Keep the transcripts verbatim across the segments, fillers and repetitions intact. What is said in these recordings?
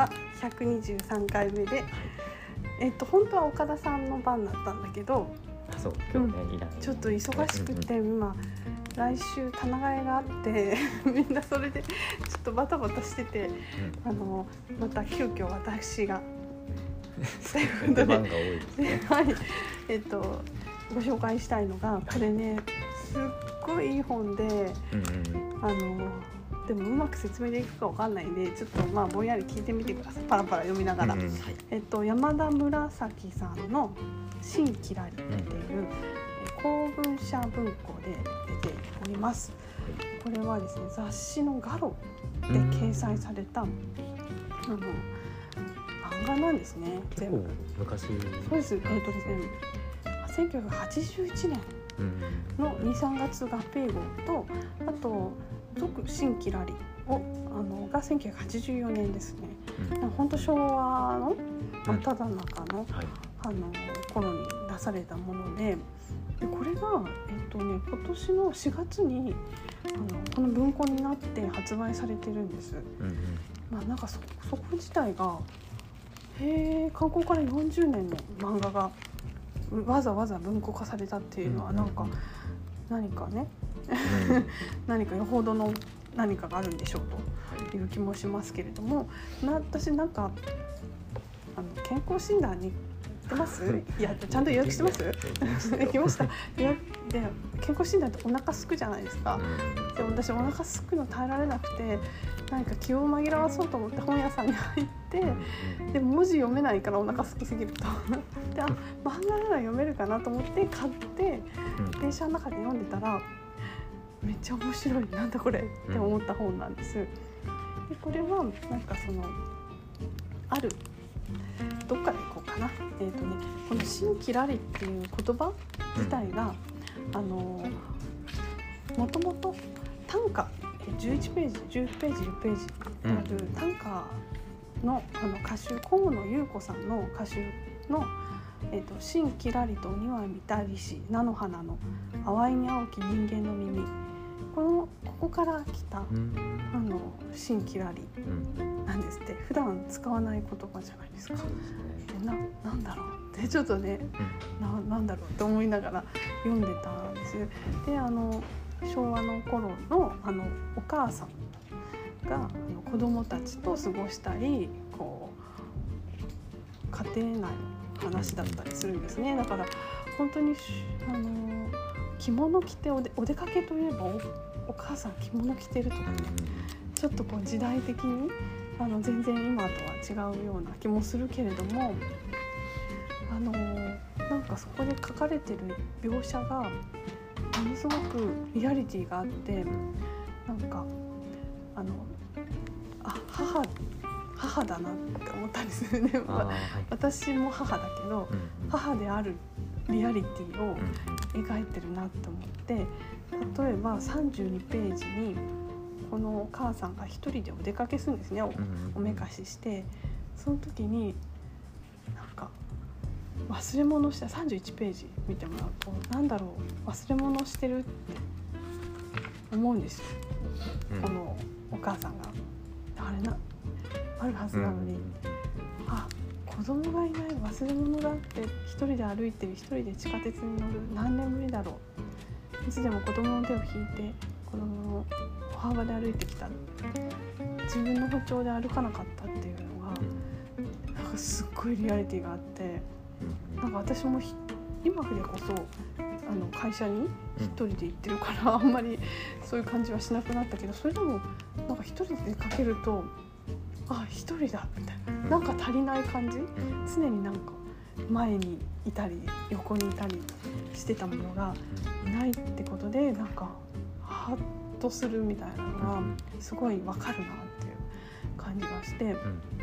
はひゃくにじゅうさんかいめで、えっと本当は岡田さんの番だったんだけど、 あそう今日ね、うん、いないちょっと忙しくて、うんうん、今来週棚替えがあってみんなそれでちょっとバタバタしてて、うん、あのまた急遽私が出番が多いですねはい、えっとご紹介したいのがこれねすっごいいい本で、うんうん、あのでもうまく説明できるかわかんないんでちょっとまあぼんやり聞いてみてください。パラパラ読みながら、うんうんはいえっと、山田紫さんの新きらりっていう、うん公文社文庫で出ております。これはですね雑誌のガロで掲載された、うん、あの漫画なんですね。 全部昔そうです。えっとですねせんきゅうひゃくはちじゅういちねんのに、さんがつ合併号とあと続新きらりをあのがせんきゅうひゃくはちじゅうよねんですね。うん、本当昭和の真っただ中の、うんはい、あの頃に出されたもので。でこれが、えっとね、今年のしがつにあのこの文庫になって発売されてるんです、うんうんまあ、なんか そ, そこ自体がへー刊行からよんじゅうねんの漫画がわざわざ文庫化されたっていうのはなんか何かね、うん、何かよほどの何かがあるんでしょうという気もしますけれどもな私なんかあの健康診断にますいやちゃんと予約してます行きました予約で健康診断ってお腹すくじゃないですか。で私お腹すくの耐えられなくて何か気を紛らわそうと思って本屋さんに入ってで文字読めないからお腹すきすぎるとであ漫画なら読めるかなと思って買って電車の中で読んでたらめっちゃ面白いなんだこれって思った本なんです。でこれはなんかそのあるどっから行こうかな、えーとね、この新きらりっていう言葉自体が、うん、あのもともと短歌じゅういちページじゅうページじゅうページある短歌 の, あの歌集河野ゆう子さんの歌集の、えーと、新きらりとにわみたりし菜の花の淡いに青き人間の耳このここから来た、うん、あの新きらりなんですって。普段使わない言葉じゃないですか。でな、なんだろうってちょっとね、うん、な, なんだろうって思いながら読んでたんです。であの昭和の頃の、あのお母さんがあの子供たちと過ごしたりこう家庭内の話だったりするんですね。だから本当にあの着物着てお 出, お出かけといえば お, お母さん着物着てるとかね、ちょっとこう時代的にあの全然今とは違うような気もするけれども、あのなんかそこで書かれてる描写がものすごくリアリティがあって、なんかあのあ 母, 母だなって思ったんですよね。はい、私も母だけど、うんうん、母であるリアリティを描いてるなと思って、例えばさんじゅうにページにこのお母さんが一人でお出かけするんですね。 お, おめかししてその時になんか忘れ物したさんじゅういちページ見てもらうとなんだろう忘れ物してるって思うんですよ、うん、このお母さんがあれなあるはずなのに、うん、あ子供がいない忘れ物だって一人で歩いてる一人で地下鉄に乗る何年ぶりだろういつでも子供の手を引いて子供の歩幅で歩いてきた自分の歩調で歩かなかったっていうのがなんかすっごいリアリティがあってなんか私も今でこそあの会社に一人で行ってるからあんまりそういう感じはしなくなったけどそれでもなんか一人で出かけるとあ一人だみたいななんか足りない感じ常になんか前にいたり横にいたりしてたものがいないってことでなんかハッとするみたいなのがすごい分かるなっていう感じがして、うん、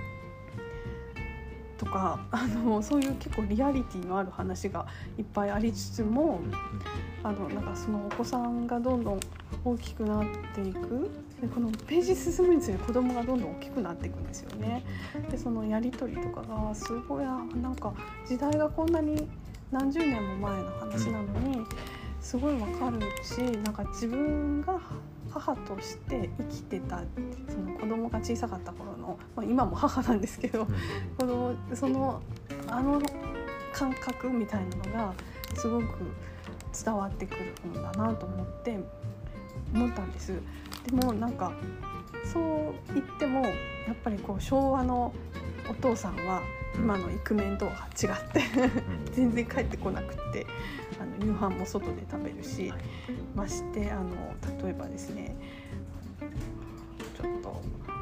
とかあのそういう結構リアリティのある話がいっぱいありつつもあのなんかそのお子さんがどんどん大きくなっていくでこのページ進むにつれて子供がどんどん大きくなっていくんですよね。でそのやり取りとかがすごいなんか時代がこんなに何十年も前の話なのにすごいわかるしなんか自分が母として生きてたその子供が小さかった頃の、まあ、今も母なんですけど、うん、子供そのあの感覚みたいなのがすごく伝わってくる本だなと思って思ったんです。でもなんかそう言ってもやっぱりこう昭和のお父さんは今のイクメンとは違って全然帰ってこなくってあの夕飯も外で食べるし、ましてあの例えばですねちょっと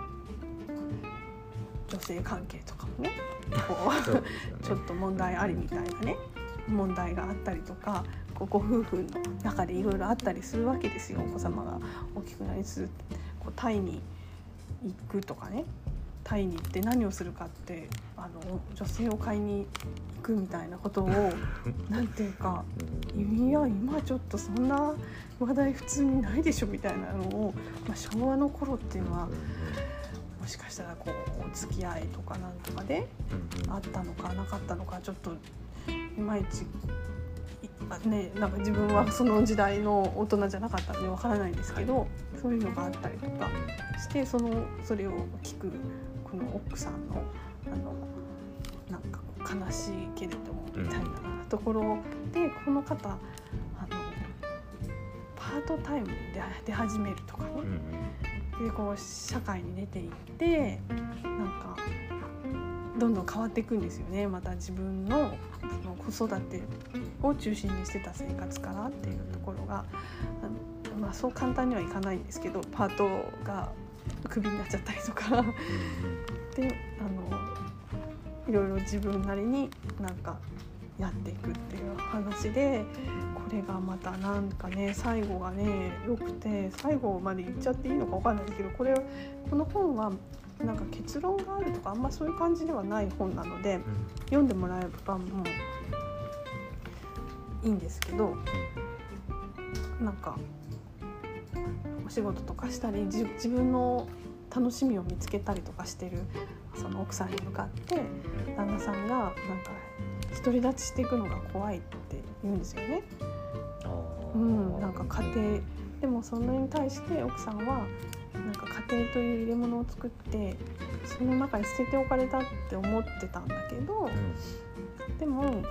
女性関係とかもねこうねちょっと問題ありみたいなね問題があったりとかこうご夫婦の中でいろいろあったりするわけですよ。お子様が大きくなりつつこうタイに行くとかね、タイに行って何をするかってあの女性を買いに行くみたいなことをなんていうかいや今ちょっとそんな話題普通にないでしょみたいなのを、まあ、昭和の頃っていうのはもしかしたらこうお付き合いとかなんとかであったのかなかったのかちょっといまいちね、なんか自分はその時代の大人じゃなかったのでわからないんですけど、そういうのがあったりとかしてそのそれを聞くこの奥さんのあのなんか悲しいけれどもみたいなところでこの方あのパートタイムで出始めるとかね、でこう社会に出ていってなんかどんどん変わっていくんですよね。また自分の子育てを中心にしてた生活からっていうところが、まあ、そう簡単にはいかないんですけどパートがクビになっちゃったりとかであのいろいろ自分なりになんかやっていくっていう話でこれがまたなんかね最後がね良くて最後まで言っちゃっていいのか分かんないけどこれこの本はなんか結論があるとかあんまそういう感じではない本なので、うん、読んでもらえばもういいんですけどなんかお仕事とかしたり自分の楽しみを見つけたりとかしてるその奥さんに向かって旦那さんがなんか独り立ちしていくのが怖いって言うんですよね。うん、なんか家庭でもそんなに対して奥さんはなんか家庭という入れ物を作ってその中に捨てておかれたって思ってたんだけど、うん、でも、あの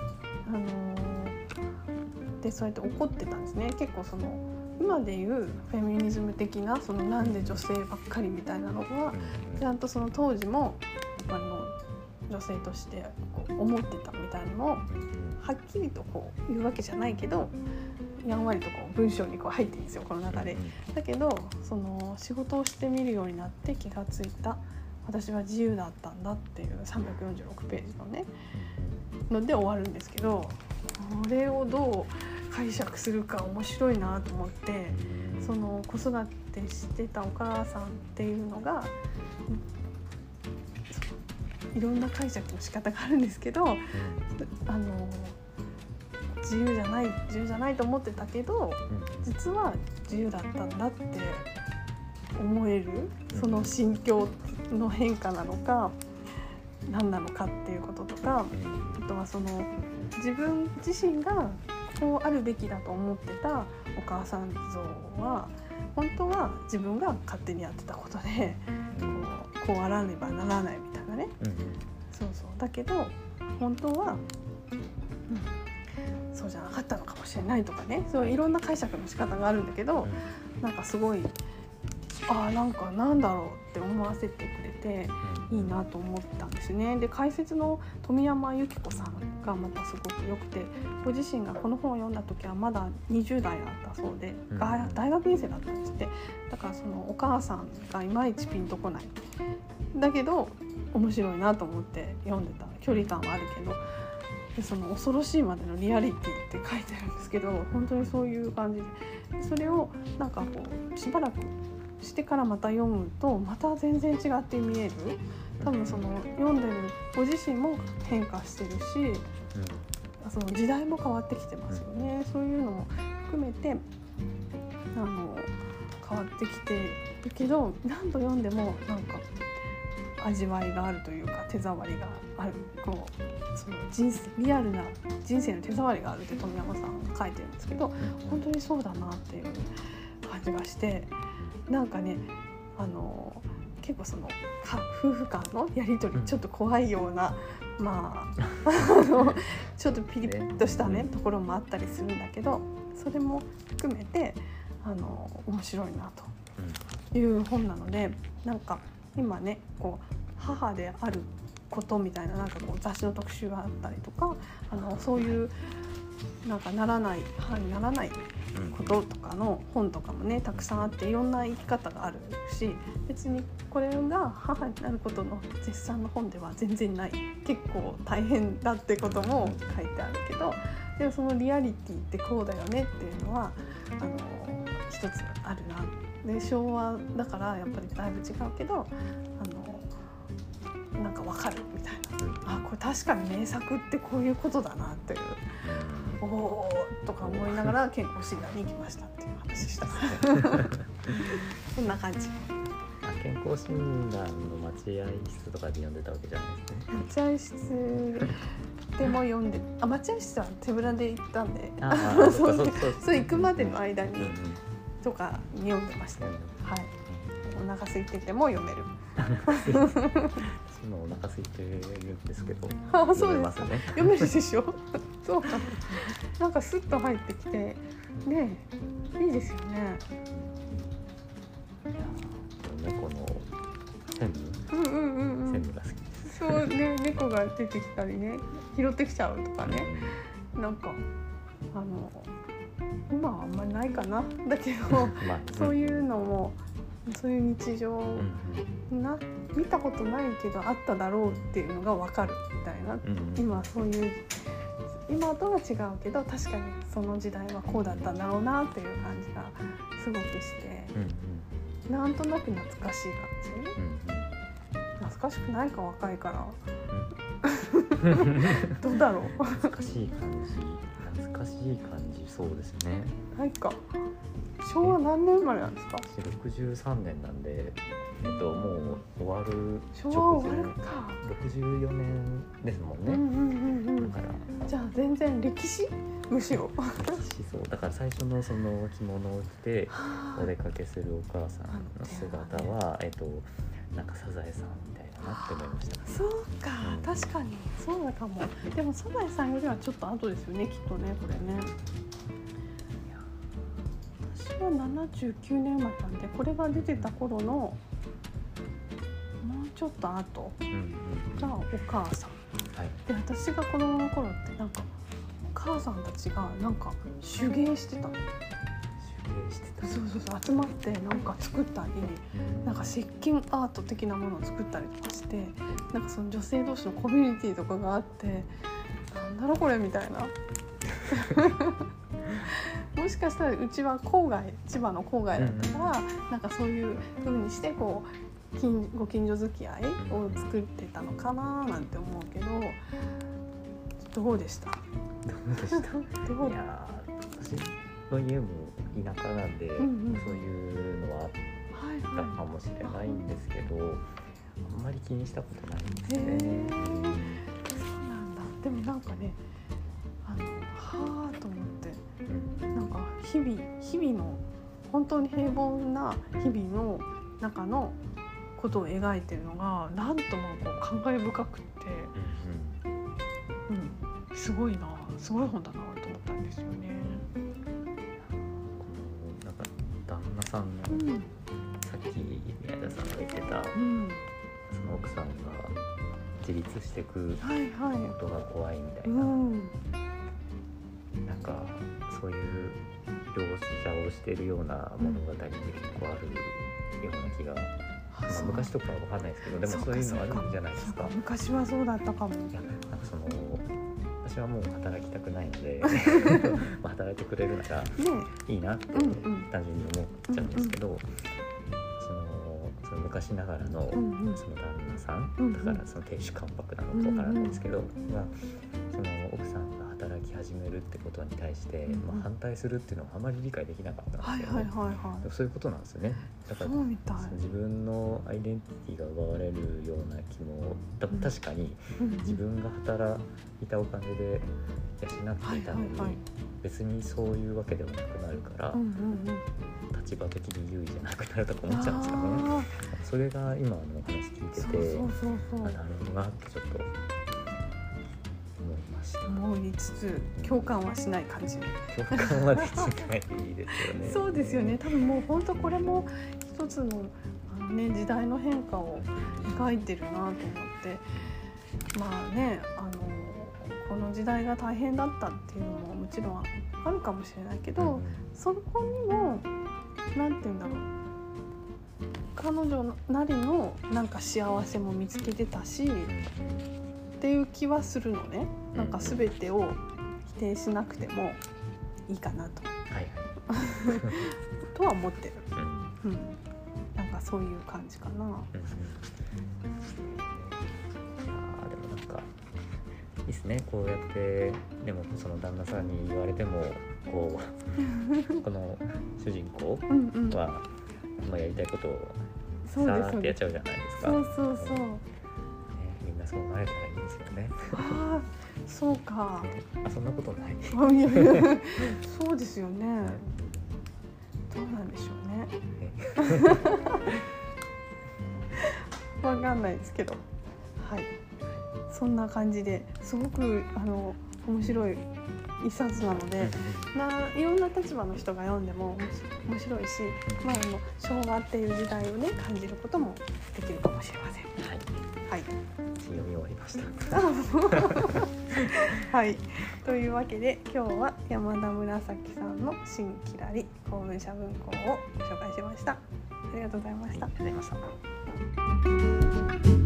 ー、でそうやって怒ってたんですね。結構その今でいうフェミニズム的なそのなんで女性ばっかりみたいなのはちゃんとその当時もあの女性としてこう思ってたみたいなのをはっきりとこう言うわけじゃないけどやんわりとこう文章にこう入ってるんですよこの中で。だけどその仕事をしてみるようになって気がついた私は自由だったんだっていうさんびゃくよんじゅうろくページのねので終わるんですけどこれをどう解釈するか面白いなと思ってその子育てしてたお母さんっていうのがいろんな解釈の仕方があるんですけどあの自由じゃない自由じゃないと思ってたけど実は自由だったんだって思えるその心境の変化なのか何なのかっていうこととかあとはその自分自身がこうあるべきだと思ってたお母さん像は本当は自分が勝手にやってたことでこう、こうあらねばならないみたいなね、うん、そうそうだけど本当は、うん、そうじゃなかったのかもしれないとかねそういろんな解釈の仕方があるんだけどなんかすごいあなんかなんだろうって思わせてくれていいなと思ったんですね。で解説の富山由紀子さんがまたすごく良くてご自身がこの本を読んだ時はまだにじゅう代だったそうで、うん、大学院生だったんですってだからそのお母さんがいまいちピンとこないだけど面白いなと思って読んでた距離感はあるけどでその恐ろしいまでのリアリティって書いてあるんですけど本当にそういう感じでそれをなんかこうしばらくしてからまた読むとまた全然違って見える多分その読んでるご自身も変化してるし、うん、その時代も変わってきてますよね、うん、そういうのも含めてあの変わってきてるけど何度読んでもなんか味わいがあるというか手触りがあるこうその人生リアルな人生の手触りがあるって富山さん書いてるんですけど本当にそうだなっていう感じがしてなんかねあの結構その夫婦間のやり取りちょっと怖いような、うん、まああのちょっとピリッとしたね、ねところもあったりするんだけど、それも含めてあの面白いなという本なので、なんか今ねこう母であることみたいな、なんかこう雑誌の特集があったりとか、あのそういうなんかならない母にならないこととかの本とかもねたくさんあって、いろんな生き方があるし、別にこれが母になることの絶賛の本では全然ない、結構大変だってことも書いてあるけど、でもそのリアリティってこうだよねっていうのはあの一つあるな。で昭和だからやっぱりだいぶ違うけど、あのなんかわかるみたいな、あこれ確かに名作ってこういうことだなっていう、おおとか思いながら健康診断に行きましたっていう話でしたこんな感じ。 あ、健康診断の待合室とかで読んでたわけじゃないですね。 待合室でも読んで、あ待合室は手ぶらで行ったんで、 ああそうそうそう行くまでの間にうんうんとかに読んでました、はい。お腹空いてても読める私もお腹空いてるんですけどあ読めますね。 読めるでしょそうか、なんかスッと入ってきてね、いいですよね。 猫の専務、 うんうんうんうん、 専務が好きです。 そうね、猫が出てきたりね、拾ってきちゃうとかね、なんかあの今はあんまりないかな、だけど、まあ、そういうのもそういう日常な、見たことないけどあっただろうっていうのが分かるみたいな、うん、今そういう今とは違うけど確かにその時代はこうだったんだろうなっていう感じがすごくして、うんうん、なんとなく懐かしい感じ、うんうん、懐かしくないか若いから、うん、どうだろう懐かしい感じ懐かしい感じ、そうですね。 ないか。昭和何年生まれなんですか？ ろくじゅうさんねんなんで、えっと、もう終わる直前、昭和終わるか。 ろくじゅうよねんですもんね。 うんうんうんうん、 だからじゃあ全然歴史むしろ歴史そうだから最初のその着物を着てお出かけするお母さんの姿は、えっとなんかサザエさんみたいだなって思いました、ね。 そうか、うん、確かにそうだかも。でもサザエさんよりはちょっと後ですよね、きっとねこれね。私はななじゅうきゅうねん生まれなんで、これが出てた頃のもうちょっと後がお母さん、はい、で私が子供の頃ってなんかお母さんたちがなんか手芸してたの。 手芸してた。 そうそうそう、集まってなんか作ったり、なんか石鹸アート的なものを作ったりとかして、なんかその女性同士のコミュニティとかがあって、なんだろうこれみたいなもしかしたらうちは郊外、千葉の郊外だったから、うん、なんかそういう風にしてこう近ご近所付き合いを作ってたのかななんて思うけど、どうでした？どうでした？どういや私の家も田舎なんで、うんうん、そういうのはあったかもしれないんですけど、はいはい、あんまり気にしたことないんですね。 へー、そうなんだ。でもなんかね、あのはーと思って、うん、なんか日々日々の本当に平凡な日々の中のことを描いてるのがなんともこう感慨深くって、うんうんうん、すごいな、すごい本だなと思ったんですよね。 なんか旦那さんの、うん、さっき宮田さんが言ってた、うん、その奥さんが自立していくことが怖いみたいな、はいはい、うん、なんかそういう描写をしているような物語で結構あるような気が、まあ、昔とかは分かんないですけど、でもそういうのあるんじゃないですか。 昔はそうだったかも。いや、 なんかその私はもう働きたくないので働いてくれるならいいなって単純に思っちゃうんですけど、うんうん、そのその昔ながらのその旦那さん、うんうん、だからその亭主関白なのか分からないですけど、うんうん、がその奥さんが働き始めるってことに対して、うんうん、まあ、反対するっていうのはあまり理解できなかったんですよね、はいはいはいはい、そういうことなんですよね。だからそうみたい、自分のアイデンティティが奪われるような気も確かに、自分が働いたお金で養っていたのに、はいはいはい、別にそういうわけでもなくなるから、うんうんうん、 立場的に優位じゃなくなるとか思っちゃうんですよね。それが今の話聞いてて、そうそうそうそう、なるほどなってちょっと思いました。 思いつつ共感はしない感じ。 共感はできないですよね。 そうですよね。多分もう本当これも一つの、あの、ね、時代の変化を描いてるなと思って、まあね、あのこの時代が大変だったっていうのももちろんあるかもしれないけど、うん、そこにもなんていうんだろう、彼女なりのなんか幸せも見つけてたし、うん、っていう気はするのね。なんか全てを否定しなくてもいいかなと、はいとは思ってる、うんうん、なんかそういう感じかな、うん、いやでもなんかいいですね、こうやってでもその旦那さんに言われてもこうこの主人公は、うんうん、まあ、やりたいことをさーってやっちゃうじゃないですか。 そうそうそう、ね、 みんなそうなれたらいいですよね。 あ、そうか、 ね、あ、そんなことない。 そうですよね。どうなんでしょうね。わかんないですけど、はい、そんな感じですごくあの面白い一冊なので、ないろんな立場の人が読んでも面白いし、まあ、あの昭和っていう時代をね感じることもできるかもしれません。はい、はい、 読み終わりましたはい、というわけで今日は山田紫さんの新きらり公文社文庫をご紹介しました。ありがとうございました。 はい、ありがとうございました。